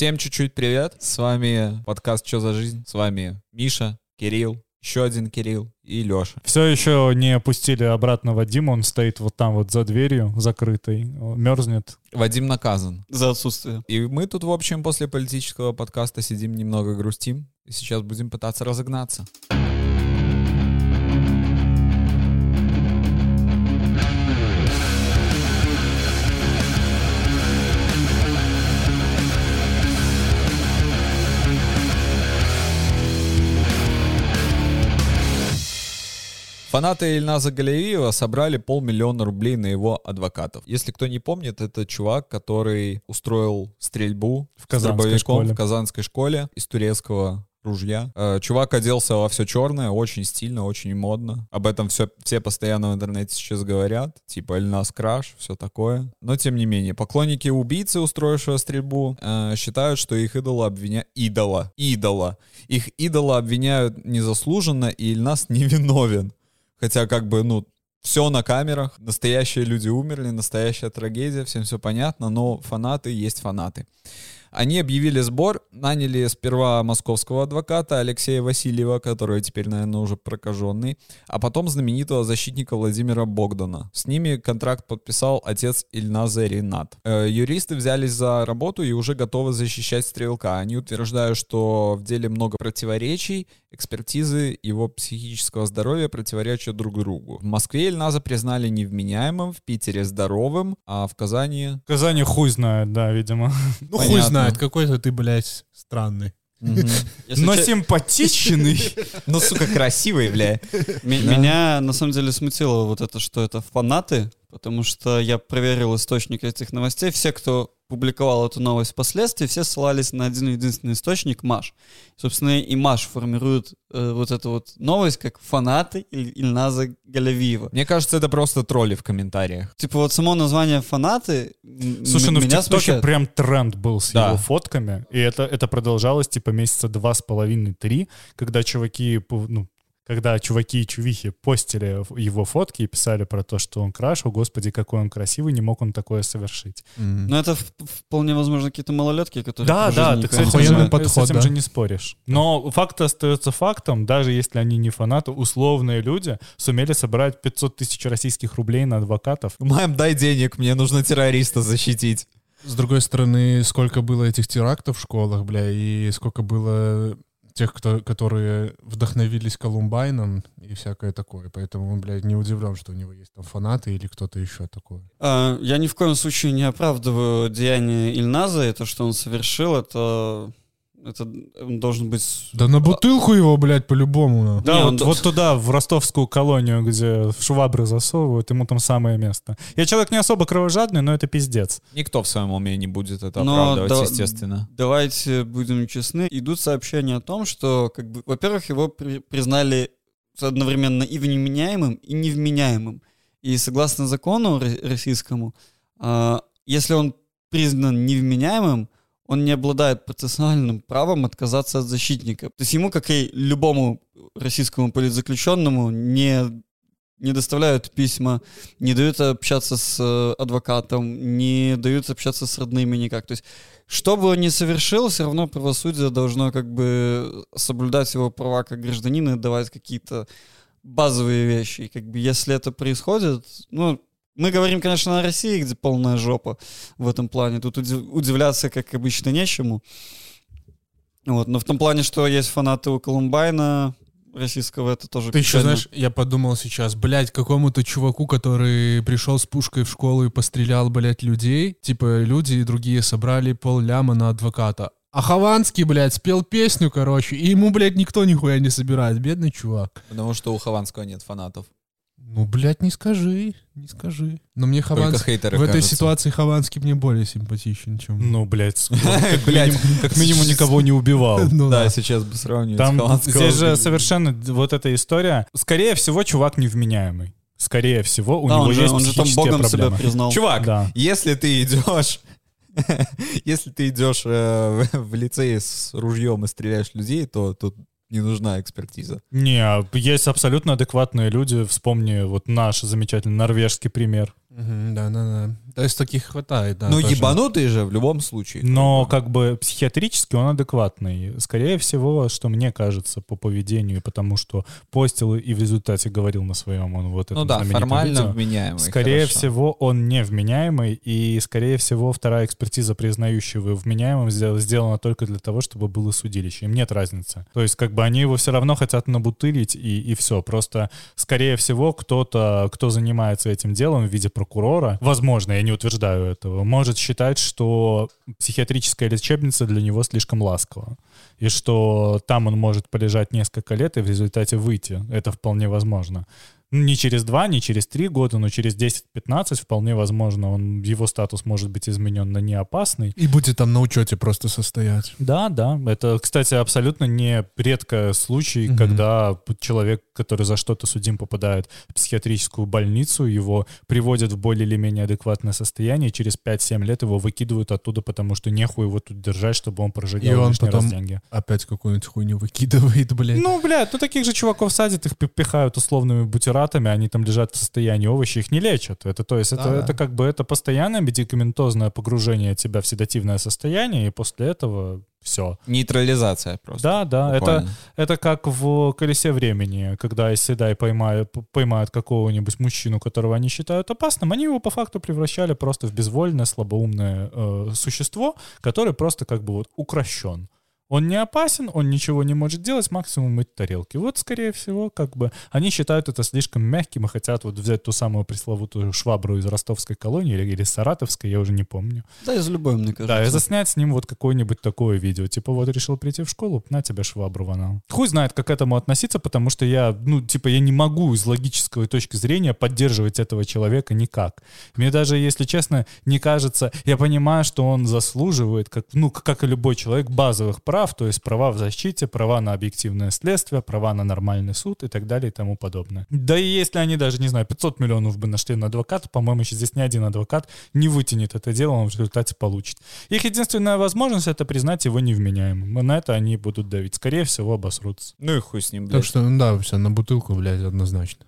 Всем чуть-чуть привет. С вами подкаст «Чё за жизнь?». С вами Миша, Кирилл, еще один Кирилл и Леша. Все еще не пустили обратно Вадима, он стоит вот там вот за дверью закрытой, мерзнет. Вадим наказан. За отсутствие. И мы тут, в общем, после политического подкаста сидим немного грустим. И сейчас будем пытаться разогнаться. Фанаты Ильназа Галиева собрали 500 000 рублей на его адвокатов. Если кто не помнит, это чувак, который устроил стрельбу с дробовиком в казанской школе из турецкого ружья. Чувак оделся во все черное, очень стильно, очень модно. Об этом все постоянно в интернете сейчас говорят. Типа Ильназ Краш, все такое. Но тем не менее, поклонники убийцы, устроившего стрельбу, считают, что их идола обвиняют... Их идола обвиняют незаслуженно, и Ильназ невиновен. Хотя все на камерах, настоящие люди умерли, настоящая трагедия, всем все понятно, но фанаты есть фанаты. Они объявили сбор, наняли сперва московского адвоката Алексея Васильева, который теперь, наверное, уже прокаженный, а потом знаменитого защитника Владимира Богдана. С ними контракт подписал отец Ильназа Ринат. Юристы взялись за работу и уже готовы защищать стрелка. Они утверждают, что в деле много противоречий, экспертизы его психического здоровья противоречат друг другу. В Москве Ильназа признали невменяемым, в Питере здоровым, а в Казани... В Казани хуй знает, да, видимо. Ну, хуй знает, какой-то ты, блядь, странный. Но симпатичный. Ну, сука, красивый, бля. Меня, на самом деле, смутило вот это, что это фанаты, потому что я проверил источник этих новостей. Все, кто публиковал эту новость впоследствии, все ссылались на один единственный источник — Маш. Собственно, и Маш формирует вот эту вот новость как фанаты Ильназа Галиева. Мне кажется, это просто тролли в комментариях. Типа вот само название «фанаты» Слушай, ну в меня ТикТоке смущает. прям тренд был с его фотками, и это продолжалось типа месяца 2,5-3, когда чуваки и чувихи постили его фотки и писали про то, что он краш, о господи, какой он красивый, не мог он такое совершить. Ну это вполне возможно какие-то малолетки, которые... Да, ты, кстати, с этим же не споришь. Но факт остается фактом, даже если они не фанаты, условные люди сумели собрать 500 000 российских рублей на адвокатов. Мам, дай денег, мне нужно террориста защитить. С другой стороны, сколько было этих терактов в школах, бля, и сколько было... тех, которые вдохновились Колумбайном и всякое такое. Поэтому, блядь, не удивлен, что у него есть там фанаты или кто-то еще такое. Я ни в коем случае не оправдываю деяния Ильназа. Это, что он совершил, это должен быть... Да на бутылку его, блядь, по-любому. Да, вот туда, в ростовскую колонию, где швабры засовывают, ему там самое место. Я человек не особо кровожадный, но это пиздец. Никто в своем уме не будет это оправдывать, естественно. Давайте будем честны. Идут сообщения о том, что, во-первых, его признали одновременно и вменяемым, и невменяемым. И согласно закону российскому, если он признан невменяемым, он не обладает процессуальным правом отказаться от защитника. То есть ему, как и любому российскому политзаключенному, не доставляют письма, не дают общаться с адвокатом, не дают общаться с родными никак. То есть, что бы он ни совершил, все равно правосудие должно соблюдать его права как гражданина и давать какие-то базовые вещи. И если это происходит, мы говорим, конечно, о России, где полная жопа в этом плане. Тут удивляться, как обычно, нечему. Но в том плане, что есть фанаты у Колумбайна российского, это тоже Ты печально. еще, знаешь, я подумал сейчас, блядь, какому-то чуваку, который пришел с пушкой в школу и пострелял, блядь, людей, типа люди и другие собрали 500 000 на адвоката. А Хованский, блядь, спел песню, короче, и ему, блядь, никто нихуя не собирает. Бедный чувак. Потому что у Хованского нет фанатов. Ну, блядь, не скажи. Но мне Хованский... В этой ситуации Хованский мне более симпатичен, чем... Ну, блядь, как минимум никого не убивал. Да, сейчас бы сравнивать с Хованского. Здесь же совершенно вот эта история. Скорее всего, чувак невменяемый. Скорее всего, у него есть психические проблемы. Он же там Богом себя признал. Чувак, если ты идешь в лицей с ружьем и стреляешь в людей, то тут не нужна экспертиза. Не, есть абсолютно адекватные люди. Вспомни вот наш замечательный норвежский пример. Да. То есть таких хватает, да. Ну, ебанутый же в любом случае. Но как бы психиатрически он адекватный. Скорее всего, что мне кажется по поведению, потому что постил и в результате говорил на своем он вот этом знаменитом формально видео. вменяемый. Скорее всего, он не вменяемый, и, скорее всего, вторая экспертиза, признающая его вменяемым, сделана только для того, чтобы было судилище. Им нет разницы. То есть, как бы они его все равно хотят набутылить, и все. Просто, скорее всего, кто-то, кто занимается этим делом в виде прокурора, возможно, я не утверждаю этого, может считать, что психиатрическая лечебница для него слишком ласкова. И что там он может полежать несколько лет и в результате выйти. Это вполне возможно. Не через 2, не через 3 года, но через 10-15 вполне возможно, его статус может быть изменен на неопасный. И будет там на учете просто состоять. Да. Это, кстати, абсолютно не редкий случай, когда человек, который за что-то судим, попадает в психиатрическую больницу, его приводят в более или менее адекватное состояние, и через 5-7 лет его выкидывают оттуда, потому что нехуй его тут держать, чтобы он прожигал лишний раз деньги. Опять какую-нибудь хуйню выкидывает, блядь. Таких же чуваков садят, их пихают условными бутератами, они там лежат в состоянии овощей, их не лечат. Это как бы это постоянное медикаментозное погружение тебя в седативное состояние, и после этого все. Нейтрализация просто. Да. Это как в «Колесе времени», когда Седай поймают какого-нибудь мужчину, которого они считают опасным, они его по факту превращали просто в безвольное, слабоумное существо, которое просто как бы вот укращен. Он не опасен, он ничего не может делать, максимум мыть тарелки. Вот, скорее всего, как бы они считают это слишком мягким и хотят вот взять ту самую пресловутую швабру из ростовской колонии или саратовской, я уже не помню. Да, из любой, мне кажется. Да, и заснять с ним вот какое-нибудь такое видео. Типа вот решил прийти в школу, на тебе швабру ванал. Хуй знает, как к этому относиться, потому что я не могу из логической точки зрения поддерживать этого человека никак. Мне даже, если честно, не кажется, я понимаю, что он заслуживает, как и любой человек, базовых прав, то есть права в защите, права на объективное следствие, права на нормальный суд и так далее и тому подобное. Да и если они даже, 500 миллионов бы нашли на адвоката, по-моему, еще здесь ни один адвокат не вытянет это дело, он в результате получит. Их единственная возможность — это признать его невменяемым. И на это они будут давить. Скорее всего, обосрутся. Ну и хуй с ним, блядь. Так что, все, на бутылку, блядь, однозначно.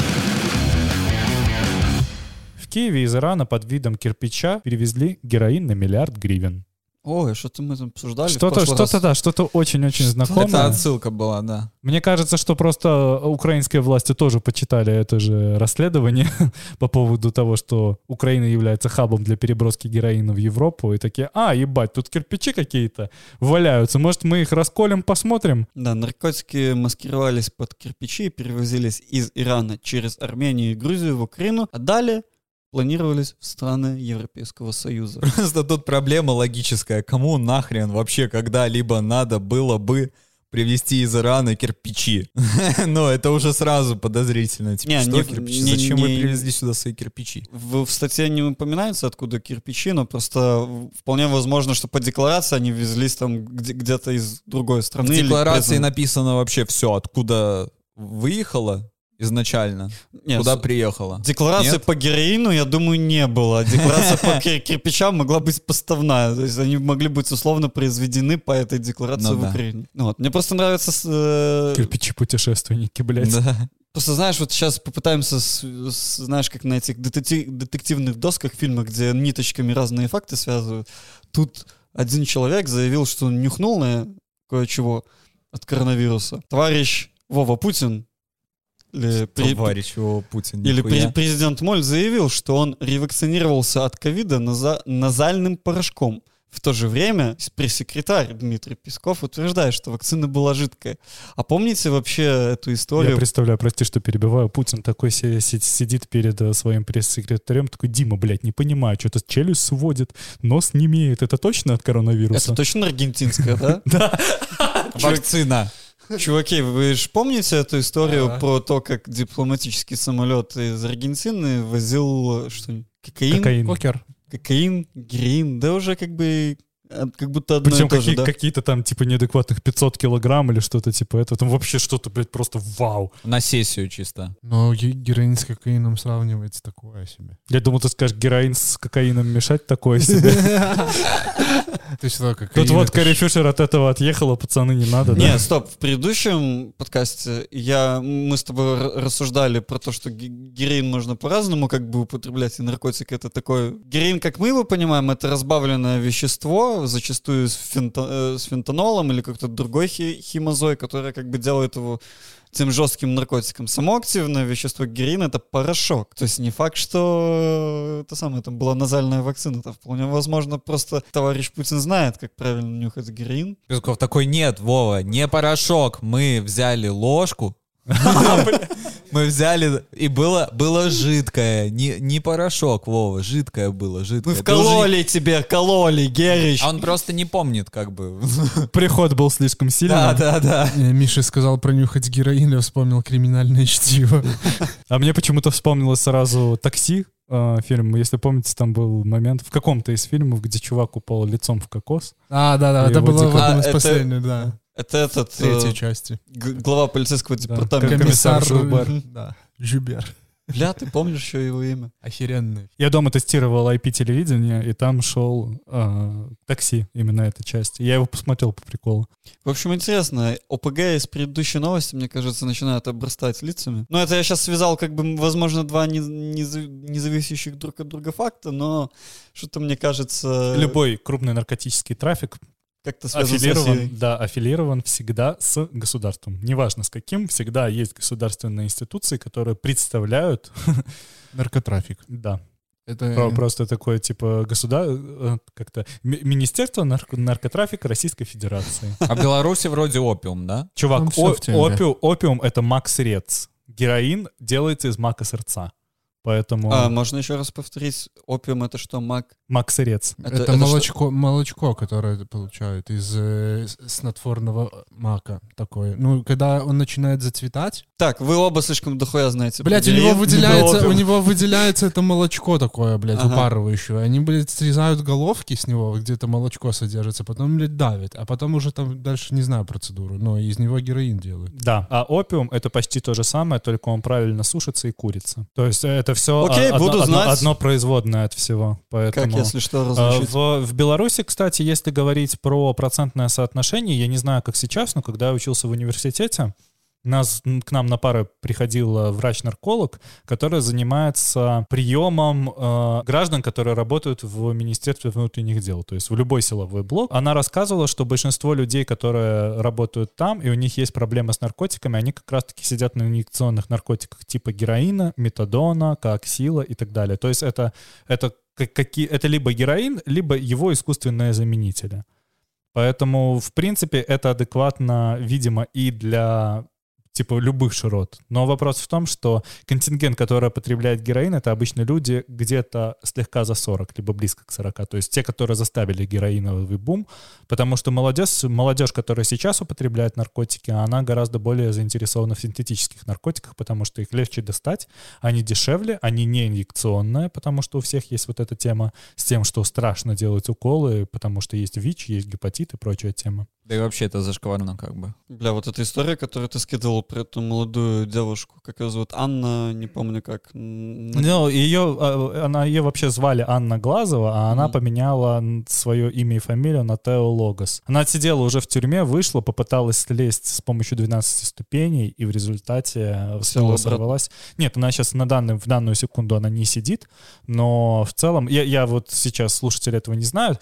В Киеве из Ирана под видом кирпича перевезли героин на 1 миллиард гривен. Ой, что-то мы там обсуждали. Что-то очень-очень знакомое. Это отсылка была, да. Мне кажется, что просто украинские власти тоже почитали это же расследование по поводу того, что Украина является хабом для переброски героина в Европу. И такие, ебать, тут кирпичи какие-то валяются. Может, мы их расколем, посмотрим? Да, наркотики маскировались под кирпичи и перевозились из Ирана через Армению и Грузию в Украину, а далее планировались в страны Европейского Союза. Просто тут проблема логическая. Кому нахрен вообще когда-либо надо было бы привезти из Ирана кирпичи? Но это уже сразу подозрительно. Кирпичи? Зачем вы привезли сюда свои кирпичи? В статье не упоминается, откуда кирпичи, но просто вполне возможно, что по декларации они везлись там где-то из другой страны. В декларации написано вообще все, откуда выехало изначально. Нет, куда приехала? Декларации по героину, я думаю, не было. Декларация по кирпичам могла быть поставная. То есть они могли быть условно произведены по этой декларации в Украине. Мне просто нравится... Кирпичи-путешественники, блядь. Да. Просто, знаешь, вот сейчас попытаемся, знаешь, как на этих детективных досках в фильмах, где ниточками разные факты связывают. Тут один человек заявил, что он нюхнул на кое-чего от коронавируса. Товарищ Вова Путин или президент Моль заявил, что он ревакцинировался от ковида назальным порошком. В то же время пресс-секретарь Дмитрий Песков утверждает, что вакцина была жидкая. А помните вообще эту историю? Я представляю, прости, что перебиваю, Путин такой сидит перед своим пресс-секретарем, такой: Дима, блядь, не понимаю, что-то челюсть сводит, нос не имеет. Это точно от коронавируса? Это точно аргентинская, да? Да. Вакцина. Чуваки, вы же помните эту историю про то, как дипломатический самолет из Аргентины возил что-нибудь? Кокаин. Кокаин, героин, да уже как будто одно Причем и то же, да? какие-то там типа неадекватных 500 килограмм или что-то типа этого. Там вообще что-то, блядь, просто вау. На сессию чисто. Но героин с кокаином сравнивается такое себе. Я думал, ты скажешь, героин с кокаином мешать такое себе. Тут вот Кэрри Фишер от этого отъехала, пацаны, не надо. Не, стоп, в предыдущем подкасте мы с тобой рассуждали про то, что героин можно по-разному как бы употреблять, и наркотик это такой... Героин, как мы его понимаем, это разбавленное вещество, зачастую с фентанолом или как-то другой химозой, которая как бы делает его тем жестким наркотиком. Само активное вещество героина — это порошок. То есть не факт, что это была назальная вакцина. Это вполне возможно, просто товарищ Путин знает, как правильно нюхать героин. Песков такой: нет, Вова, не порошок. Мы взяли ложку, мы взяли, и было жидкое, не порошок, Вова, жидкое было, жидкое. Мы кололи, Герич. А он просто не помнит, как бы. Приход был слишком сильным. Да. Миша сказал пронюхать героин, я вспомнил «Криминальное чтиво». А мне почему-то вспомнилось сразу «Такси», фильм. Если помните, там был момент в каком-то из фильмов, где чувак упал лицом в кокос. Да, это было в одном из последних, да. Это третьей части. Глава полицейского департамента. Комиссар Жубер. Да, Жубер. Бля, ты помнишь еще его имя? Охеренный. Я дома тестировал IP-телевидение, и там шел «Такси», именно эта часть. Я его посмотрел по приколу. В общем, интересно, ОПГ из предыдущей новости, мне кажется, начинают обрастать лицами. Ну, это я сейчас связал, как бы, возможно, два независящих друг от друга факта, но что-то мне кажется... Любой крупный наркотический трафик как-то аффилирован, аффилирован всегда с государством. Неважно с каким, всегда есть государственные институции, которые представляют наркотрафик. Да. Это просто такое, типа, как-то Министерство наркотрафика Российской Федерации. А в Беларуси вроде опиум, да? Чувак, опиум — это мак-срец. Героин делается из мака-сырца. Поэтому... можно еще раз повторить, опиум — это что, мак? Мак-сырец. Это молочко, которое получают из снотворного мака такое. Ну, когда он начинает зацветать... Так, вы оба слишком дохуя знаете. Блядь, у него выделяется это молочко такое, блядь, упарывающее. Они, блядь, срезают головки с него, где это молочко содержится, потом, блядь, давят, а потом уже там дальше не знаю процедуру, но из него героин делают. Да, а опиум — это почти то же самое, только он правильно сушится и курится. То есть это все одно производное от всего. Поэтому, как, если что, различить? В Беларуси, кстати, если говорить про процентное соотношение, я не знаю, как сейчас, но когда я учился в университете, к нам на пары приходил врач-нарколог, который занимается приемом граждан, которые работают в Министерстве внутренних дел, то есть в любой силовой блок. Она рассказывала, что большинство людей, которые работают там, и у них есть проблемы с наркотиками, они как раз-таки сидят на инъекционных наркотиках типа героина, метадона, коаксила и так далее. То есть это либо героин, либо его искусственные заменители. Поэтому, в принципе, это адекватно, видимо, и для типа любых широт. Но вопрос в том, что контингент, который потребляет героин, это обычно люди где-то слегка за 40, либо близко к 40. То есть те, которые заставили героиновый бум. Потому что молодежь, которая сейчас употребляет наркотики, она гораздо более заинтересована в синтетических наркотиках, потому что их легче достать, они дешевле, они не инъекционные, потому что у всех есть вот эта тема с тем, что страшно делать уколы, потому что есть ВИЧ, есть гепатит и прочая тема. Да и вообще это зашкварно как бы. Бля, вот эта история, которую ты скидывал про эту молодую девушку, как ее зовут, Анна, не помню как. Ну, ее вообще звали Анна Глазова, а она поменяла свое имя и фамилию на Тео Логос. Она отсидела уже в тюрьме, вышла, попыталась слезть с помощью 12 ступеней, и в результате снова сорвалась. Нет, она сейчас в данную секунду она не сидит, но в целом, я вот сейчас, слушатели этого не знают,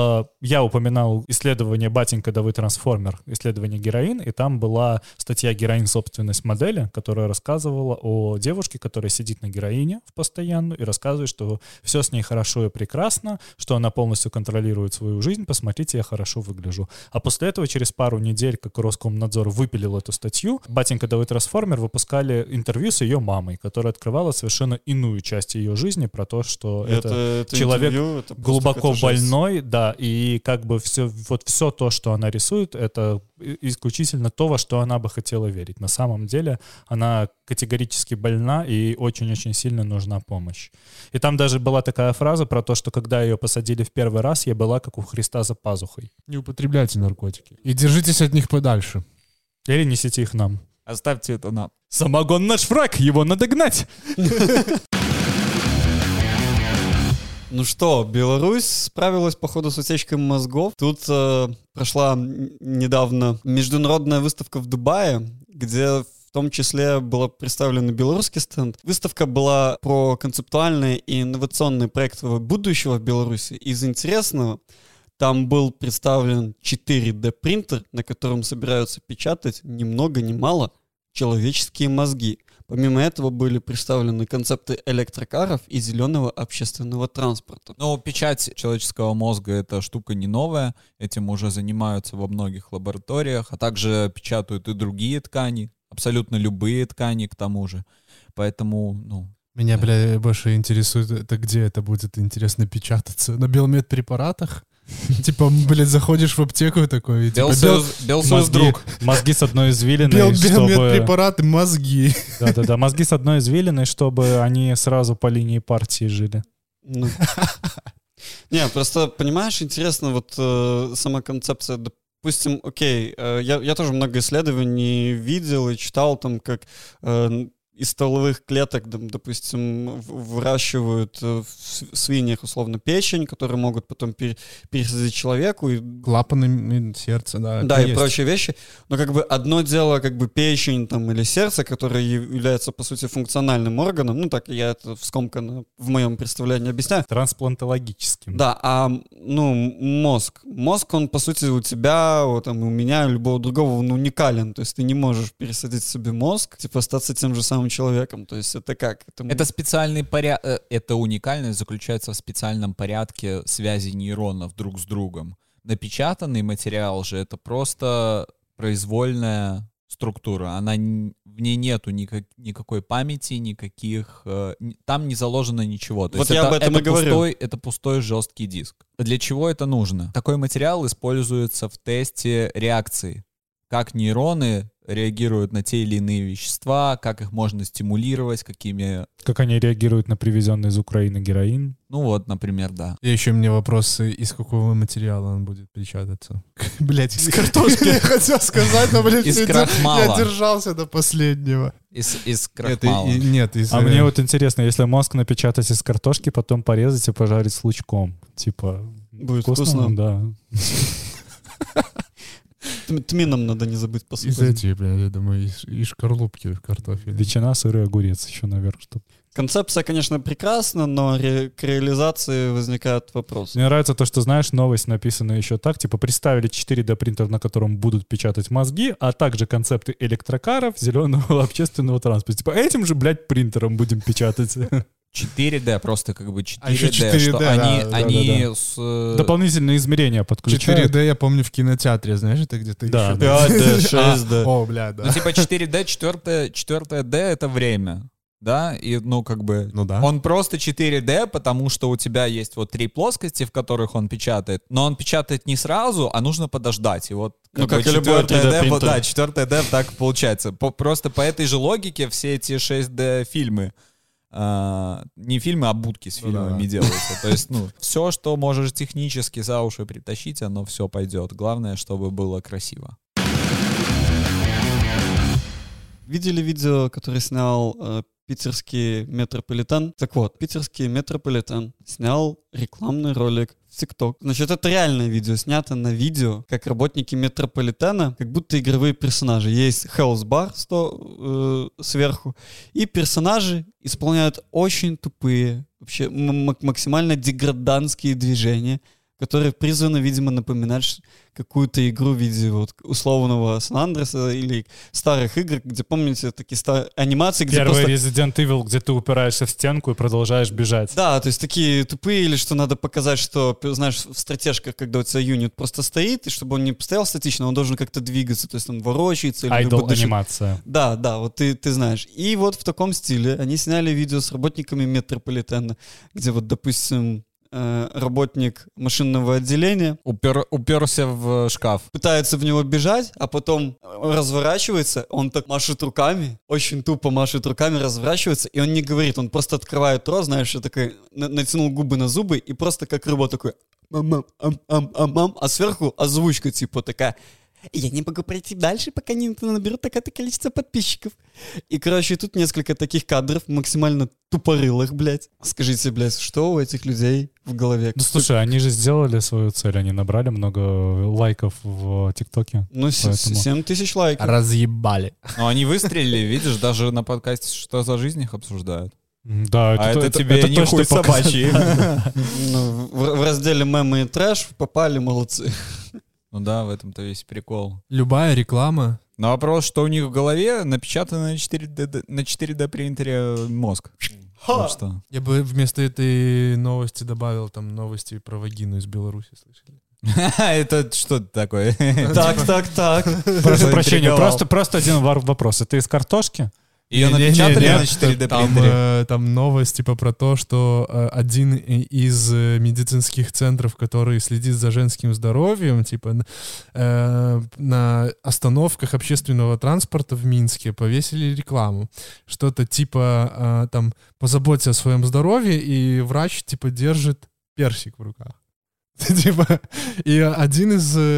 я упоминал исследование «Батенька, да вы трансформер», исследование героин, и там была статья «Героин. Собственность модели», которая рассказывала о девушке, которая сидит на героине в постоянную и рассказывает, что все с ней хорошо и прекрасно, что она полностью контролирует свою жизнь, посмотрите, я хорошо выгляжу. А после этого, через пару недель, как Роскомнадзор выпилил эту статью, «Батенька, да вы трансформер» выпускали интервью с ее мамой, которая открывала совершенно иную часть ее жизни про то, что это человек это глубоко больной, да, и как бы все то, что она рисует, это исключительно то, во что она бы хотела верить. На самом деле она категорически больна и очень-очень сильно нужна помощь. И там даже была такая фраза про то, что когда ее посадили в первый раз, я была как у Христа за пазухой. Не употребляйте наркотики. И держитесь от них подальше. Или несите их нам. Оставьте это нам. Самогон наш враг, его надо гнать! Ну что, Беларусь справилась, походу, с утечкой мозгов. Тут прошла недавно международная выставка в Дубае, где в том числе был представлен белорусский стенд. Выставка была про концептуальные и инновационные проекты будущего в Беларуси. Из интересного, там был представлен 4D принтер, на котором собираются печатать ни много ни мало человеческие мозги. Помимо этого были представлены концепты электрокаров и зеленого общественного транспорта. Но печать человеческого мозга — это штука не новая. Этим уже занимаются во многих лабораториях, а также печатают и другие ткани, абсолютно любые ткани к тому же. Поэтому, Меня, бля, больше интересует, это где это будет интересно печататься? На биомедпрепаратах? Типа, блядь, заходишь в аптеку такой, типа, Белсоюз друг. Мозги с одной извилиной, биомедпрепараты, мозги. Да-да-да, мозги с одной извилиной, чтобы они сразу по линии партии жили. Не, просто, понимаешь, интересно вот сама концепция. Допустим, окей, я тоже много исследований видел и читал, там, как из стволовых клеток, допустим, выращивают в свиньях, условно, печень, которые могут потом пересадить человеку. Клапаны сердца, да. Да, и есть прочие вещи. Но как бы одно дело, как бы печень там, или сердце, которое является, по сути, функциональным органом. Ну, так я это скомканно в моем представлении объясняю. Трансплантологическим. Да, мозг. Мозг, он, по сути, у тебя, вот, там, у меня, у любого другого, он уникален. То есть ты не можешь пересадить себе мозг, типа, остаться тем же самым человеком. То есть это как? Это специальный порядок, это уникальность заключается в специальном порядке связи нейронов друг с другом. Напечатанный материал же это просто произвольная структура. В ней нету никакой памяти, никаких... Там не заложено ничего. То вот есть я об этом и говорю. Это пустой жесткий диск. Для чего это нужно? Такой материал используется в тесте реакции. Как нейроны реагируют на те или иные вещества, как их можно стимулировать, Как они реагируют на привезенный из Украины героин. Ну вот, например, да. И еще мне вопросы, из какого материала он будет печататься? Блять, из картошки. Я хотел сказать, но, блядь, из крахмала. Я держался до последнего. Из крахмала. Нет, А мне вот интересно, если мозг напечатать из картошки, потом порезать и пожарить с лучком. Типа, будет вкусно? Да. Тмином надо не забыть посыпать. Из этих, блядь, я думаю, из шкарлупки картофеля. Ветчина, сырый огурец еще наверх. Чтобы... Концепция, конечно, прекрасна, но к реализации возникают вопросы. Мне нравится то, что, знаешь, новость написана еще так, типа, представили 4D принтер, на котором будут печатать мозги, а также концепты электрокаров, зеленого общественного транспорта. Типа, этим же, блядь, принтером будем печатать. 4D, просто как бы 4D, а еще 4D, что да, они да. С... Дополнительные измерения подключают. 4D я помню в кинотеатре, знаешь, это где-то да, еще. 5D, 6D. О, бля, да. Ну, типа 4D, 4D это время, да, и, как бы, да. Он просто 4D, потому что у тебя есть вот 3 плоскости, в которых он печатает, но он печатает не сразу, а нужно подождать, и вот как и любой 3D-принтер. Да, 4D так получается. Просто по этой же логике все эти 6D-фильмы, не фильмы, а будки с фильмами делаются. То есть, все, что можешь технически за уши притащить, оно все пойдет. Главное, чтобы было красиво. Видели видео, которое снял питерский метрополитен? Так вот, питерский метрополитен снял рекламный ролик в TikTok. Значит, это реальное видео, снято на видео, как работники метрополитена, как будто игровые персонажи. Есть Hell's Bar сверху, и персонажи исполняют очень тупые, вообще максимально деграданские движения, которые призваны, видимо, напоминать какую-то игру в виде вот условного Сан-Андреса или старых игр, где, помните, такие анимации, где Первый просто... Resident Evil, где ты упираешься в стенку и продолжаешь бежать. Да, то есть такие тупые, или что надо показать, что, знаешь, в стратежках, когда у тебя юнит просто стоит, и чтобы он не стоял статично, он должен как-то двигаться, то есть он ворочается. Айдол-анимация. Да, вот ты знаешь. И вот в таком стиле они сняли видео с работниками метрополитена, где вот, допустим, работник машинного отделения уперся в шкаф, пытается в него бежать, а потом разворачивается, он так машет руками, очень тупо машет руками, разворачивается, и он не говорит, он просто открывает рот, знаешь, такой, натянул губы на зубы, и просто как рыба такой, а сверху озвучка типа такая, и я не могу пройти дальше, пока не наберут такое-то количество подписчиков. И, короче, тут несколько таких кадров, максимально тупорылых, блядь. Скажите, блядь, что у этих людей в голове? Ну, слушай, они же сделали свою цель, они набрали много лайков в ТикТоке. Ну, 7 тысяч лайков. Разъебали. Но они выстрелили, видишь, даже на подкасте «Что за жизнь» их обсуждают. Да, это тебе не хуй собачий. В разделе «Мемы и трэш» попали, молодцы. Ну да, в этом-то весь прикол. Любая реклама. Но вопрос, что у них в голове напечатан на 4D принтере мозг. Вот что. Я бы вместо этой новости добавил там новости про вагину из Беларуси, слышали? Это что такое? Так. Прошу прощения, просто один вопрос. Это из картошки? Ее напечатали на 4D принтере? Там новость типа про то, что один из медицинских центров, который следит за женским здоровьем, типа на остановках общественного транспорта в Минске повесили рекламу. Что-то типа там позаботься о своем здоровье, и врач типа держит персик в руках. Типа, и один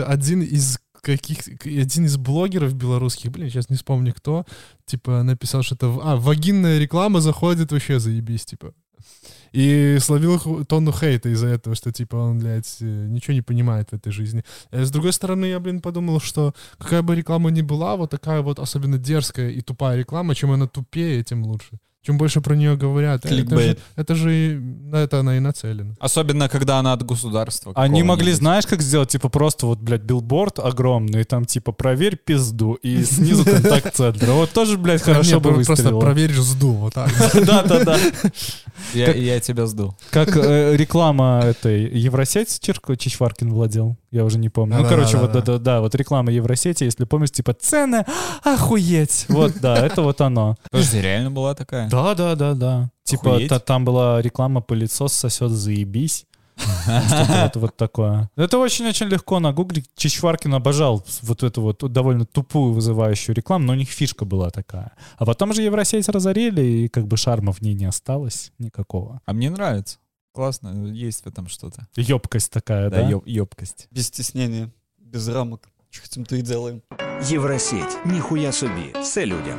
из блогеров белорусских, сейчас не вспомню кто, типа написал, что это вагинная реклама заходит, вообще заебись, типа. И словил тонну хейта из-за этого, что, типа, он, блядь, ничего не понимает в этой жизни. С другой стороны, я, подумал, что какая бы реклама ни была, вот такая вот особенно дерзкая и тупая реклама, чем она тупее, тем лучше. Чем больше про нее говорят, это же на это она и нацелена. Особенно, когда она от государства. Они могли, знаешь, как сделать? Типа просто вот, блядь, билборд огромный, и там типа проверь пизду, и снизу контакт-центр. Вот тоже, блядь, хорошо бы выстрелило. Просто проверь сду, вот так. Да. Я тебя сду. Как реклама этой Евросети Чичваркин владел. Я уже не помню. Ну, короче, вот реклама Евросети, если помнишь, типа цены, охуеть. Вот, да, это вот оно. Подожди, реально была такая? Да. Типа там была реклама «Пылесос сосет, заебись». Что-то вот такое. Это очень-очень легко нагуглить. Чичваркин обожал вот эту вот довольно тупую вызывающую рекламу, но у них фишка была такая. А потом же Евросеть разорили, и как бы шарма в ней не осталось никакого. А мне нравится. Классно, есть в этом что-то. Ёбкость такая, да? Да, ёбкость. Без стеснения, без рамок. Что хотим, то и делаем. Євросеть. Ніхуя собі. Все людям.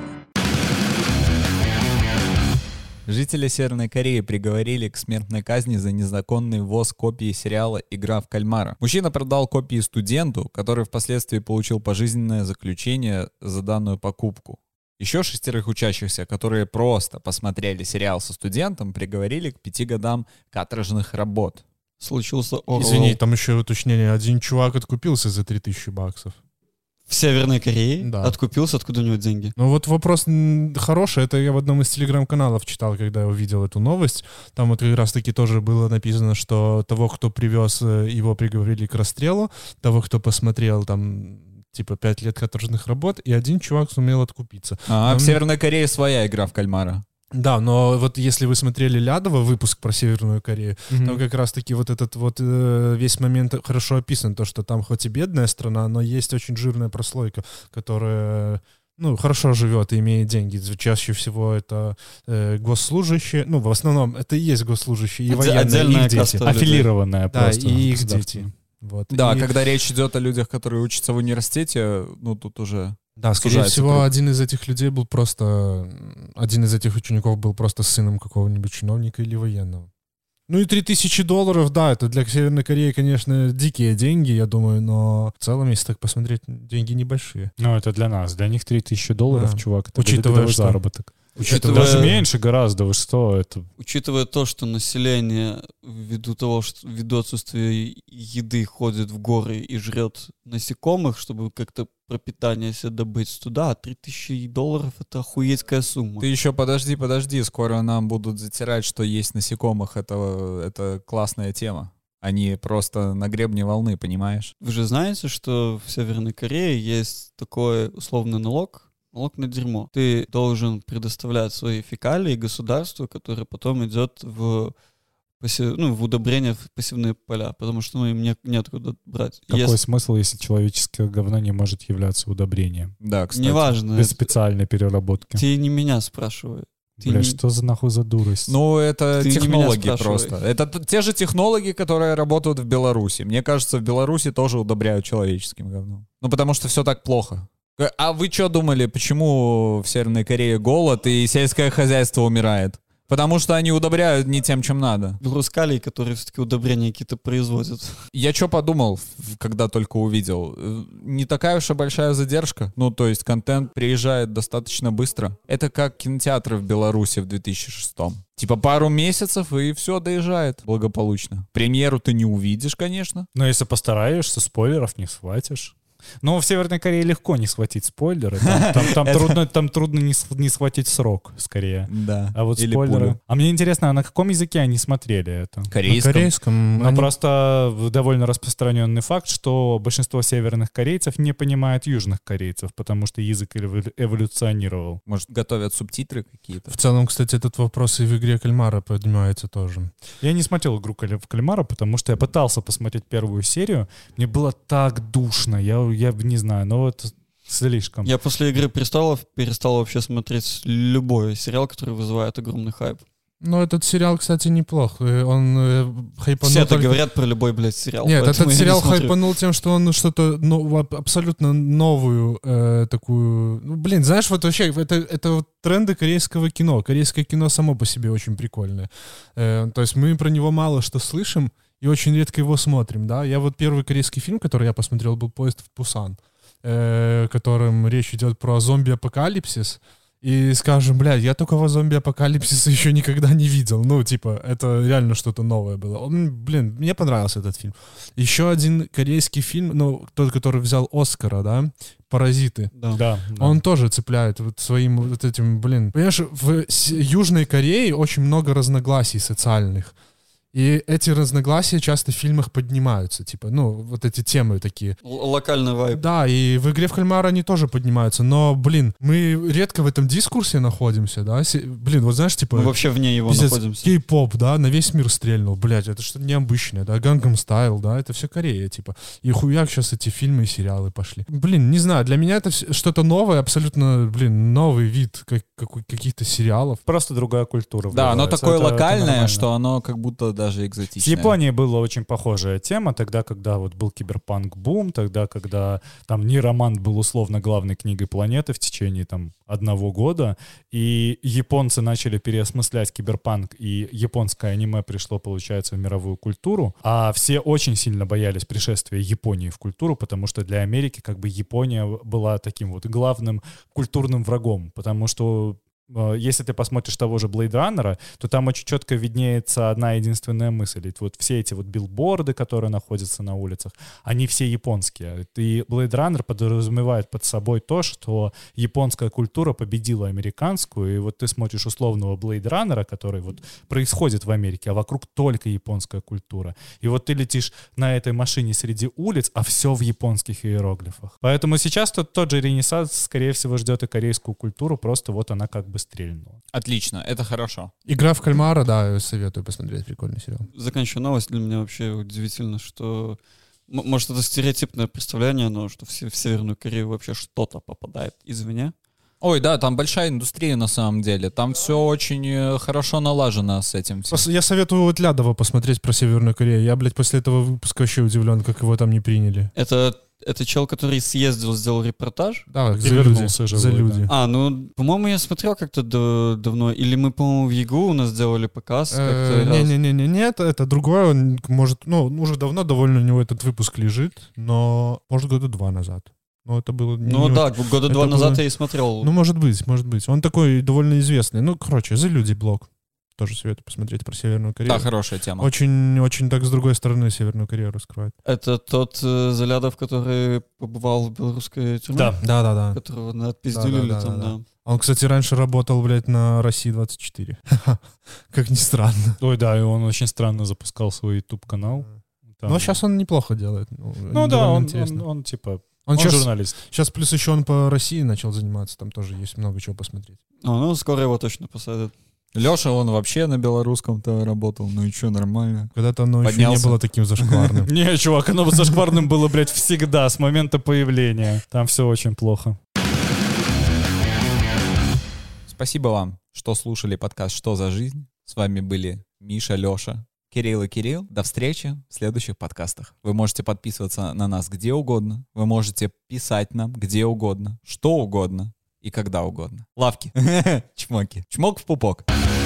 Жители Северной Кореи приговорили к смертной казни за незаконный ввоз копии сериала «Игра в кальмара». Мужчина продал копии студенту, который впоследствии получил пожизненное заключение за данную покупку. Еще 6 учащихся, которые просто посмотрели сериал со студентом, приговорили к 5 годам каторжных работ. Случился Извини, там еще уточнение. Один чувак откупился за $3000. В Северной Корее? Да. Откупился, откуда у него деньги? Ну вот вопрос хороший. Это я в одном из телеграм-каналов читал, когда я увидел эту новость. Там вот как раз-таки тоже было написано, что того, кто привез, его приговорили к расстрелу, того, кто посмотрел там типа 5 лет каторжных работ, и один чувак сумел откупиться. В Северной Корее своя игра в кальмара. Да, но вот если вы смотрели Лядова выпуск про Северную Корею, там как раз-таки вот этот вот весь момент хорошо описан, то, что там хоть и бедная страна, но есть очень жирная прослойка, которая, хорошо живет и имеет деньги. Чаще всего это госслужащие, в основном это и есть госслужащие, и военные, и их дети. Аффилированная просто. Да, и их дети. Вот. Да, когда речь идет о людях, которые учатся в университете, тут уже... Да, скорее всего, один из этих учеников был просто сыном какого-нибудь чиновника или военного. Ну и $3000, да, это для Северной Кореи, конечно, дикие деньги, я думаю, но в целом, если так посмотреть, деньги небольшие. Ну, это для нас. Для них $3000, да. Чувак, это учитывая заработок. Даже меньше гораздо, вы что это? Учитывая то, что население ввиду отсутствия еды ходит в горы и жрет насекомых, чтобы как-то пропитание себе добыть туда, $3000 — это охуетская сумма. Ты еще подожди, скоро нам будут затирать, что есть насекомых, это классная тема. Они просто на гребне волны, понимаешь? Вы же знаете, что в Северной Корее есть такой условный налог на дерьмо. Ты должен предоставлять свои фекалии государству, которое потом идет в удобрение в пассивные поля, потому что им неоткуда брать. Какой смысл, если человеческое говно не может являться удобрением? Да, кстати. Неважно. Без специальной переработки. Те не меня спрашивают. Что за нахуй за дурость? Ну, это технологи просто. Это те же технологи, которые работают в Беларуси. Мне кажется, в Беларуси тоже удобряют человеческим говном. Ну, потому что все так плохо. А вы что думали, почему в Северной Корее голод и сельское хозяйство умирает? Потому что они удобряют не тем, чем надо. Белорускалии, которые все-таки удобрения какие-то производят. Я что подумал, когда только увидел? Не такая уж и большая задержка. Ну, то есть контент приезжает достаточно быстро. Это как кинотеатры в Беларуси в 2006-м. Типа пару месяцев, и все доезжает благополучно. Премьеру ты не увидишь, конечно. Но если постараешься, спойлеров не схватишь. Но в Северной Корее легко не схватить спойлеры. Там трудно не схватить срок, скорее. Да. А вот спойлеры... А мне интересно, а на каком языке они смотрели это? Корейском. На корейском. Но просто довольно распространенный факт, что большинство северных корейцев не понимает южных корейцев, потому что язык эволюционировал. Может, готовят субтитры какие-то? В целом, кстати, этот вопрос и в игре кальмара поднимается тоже. Я не смотрел игру в кальмара, потому что я пытался посмотреть первую серию. Мне было так душно. Я не знаю, но вот слишком. Я после «Игры престолов» перестал вообще смотреть любой сериал, который вызывает огромный хайп. Ну, этот сериал, кстати, неплох. Он хайпанул... Все это говорят про любой, блядь, сериал. Нет, этот сериал хайпанул тем, что он что-то абсолютно новую такую... Ну, блин, знаешь, вот вообще, это вот тренды корейского кино. Корейское кино само по себе очень прикольное. То есть мы про него мало что слышим, и очень редко его смотрим, да. Я вот первый корейский фильм, который я посмотрел, был «Поезд в Пусан», которым речь идет про зомби-апокалипсис. И скажем, блядь, я такого зомби-апокалипсиса еще никогда не видел. Ну, типа, это реально что-то новое было. Блин, мне понравился этот фильм. Еще один корейский фильм, ну, тот, который взял Оскара, да, «Паразиты». Да. Он тоже цепляет вот своим вот этим, блин. Понимаешь, в Южной Корее очень много разногласий социальных. И эти разногласия часто в фильмах поднимаются, типа, ну, вот эти темы такие. Локальный вайб. Да, и в «Игре в кальмара» они тоже поднимаются, но, блин, мы редко в этом дискурсе находимся, да, блин, вот знаешь, типа... Мы вообще вне его находимся. Кей-поп, да, на весь мир стрельнул, блядь, это что-то необычное, да, Gangnam Style, да, это все Корея, типа. И хуяк сейчас эти фильмы и сериалы пошли. Блин, не знаю, для меня это что-то новое, абсолютно, блин, новый вид каких-то сериалов. Просто другая культура. Да, оно такое локальное, что оно как будто даже экзотичное. С Японией была очень похожая тема, тогда, когда вот был киберпанк-бум, тогда, когда там Нейромант был условно главной книгой планеты в течение там 1 года, и японцы начали переосмыслять киберпанк, и японское аниме пришло, получается, в мировую культуру, а все очень сильно боялись пришествия Японии в культуру, потому что для Америки как бы Япония была таким вот главным культурным врагом, потому что если ты посмотришь того же Blade Runner, то там очень четко виднеется одна единственная мысль. Ведь вот все эти вот билборды, которые находятся на улицах, они все японские. И Blade Runner подразумевает под собой то, что японская культура победила американскую, и вот ты смотришь условного Blade Runner, который вот происходит в Америке, а вокруг только японская культура. И вот ты летишь на этой машине среди улиц, а все в японских иероглифах. Поэтому сейчас тот же ренессанс, скорее всего, ждет и корейскую культуру, просто вот она как бы стрельнула. Отлично, это хорошо. «Игра в кальмара», да, советую посмотреть, прикольный сериал. Заканчиваю новость, для меня вообще удивительно, что... Может, это стереотипное представление, но что в Северную Корею вообще что-то попадает извне. Ой, да, там большая индустрия на самом деле. Там все очень хорошо налажено с этим всем. Я советую вот Лядова посмотреть про Северную Корею. Я, блядь, после этого выпуска вообще удивлен, как его там не приняли. Это чел, который съездил, сделал репортаж? Да, за люди. За люди. А, ну, по-моему, я смотрел как-то давно. Или мы, по-моему, в ЕГУ у нас сделали показ. Нет, это другое. Он может, ну, уже давно довольно у него этот выпуск лежит, но, может, 2 года назад. Но это было... Ну да, 2 года назад я и смотрел. Ну, может быть. Он такой довольно известный. Ну, короче, «За люди» блог. Тоже советую посмотреть про Северную Корею. Да, хорошая тема. Очень так с другой стороны Северную Корею раскрывает. Это тот Залядов, который побывал в белорусской тюрьме? Да. Которого отпиздюлили там, да. Он, кстати, раньше работал, блядь, на России-24. Как ни странно. Ой, да, и он очень странно запускал свой YouTube-канал. Но сейчас он неплохо делает. Ну да, он типа... Он журналист. Сейчас плюс еще он по России начал заниматься, там тоже есть много чего посмотреть. Ну, скоро его точно посадят. Леша, он вообще на белорусском-то работал, ну и что, нормально. Когда-то оно еще не было таким зашкварным. Не, чувак, оно зашкварным было, блядь, всегда, с момента появления. Там все очень плохо. Спасибо вам, что слушали подкаст «Что за жизнь?». С вами были Миша, Леша, Кирилл и Кирилл. До встречи в следующих подкастах. Вы можете подписываться на нас где угодно. Вы можете писать нам где угодно, что угодно и когда угодно. Лавки. Чмоки. Чмок в пупок.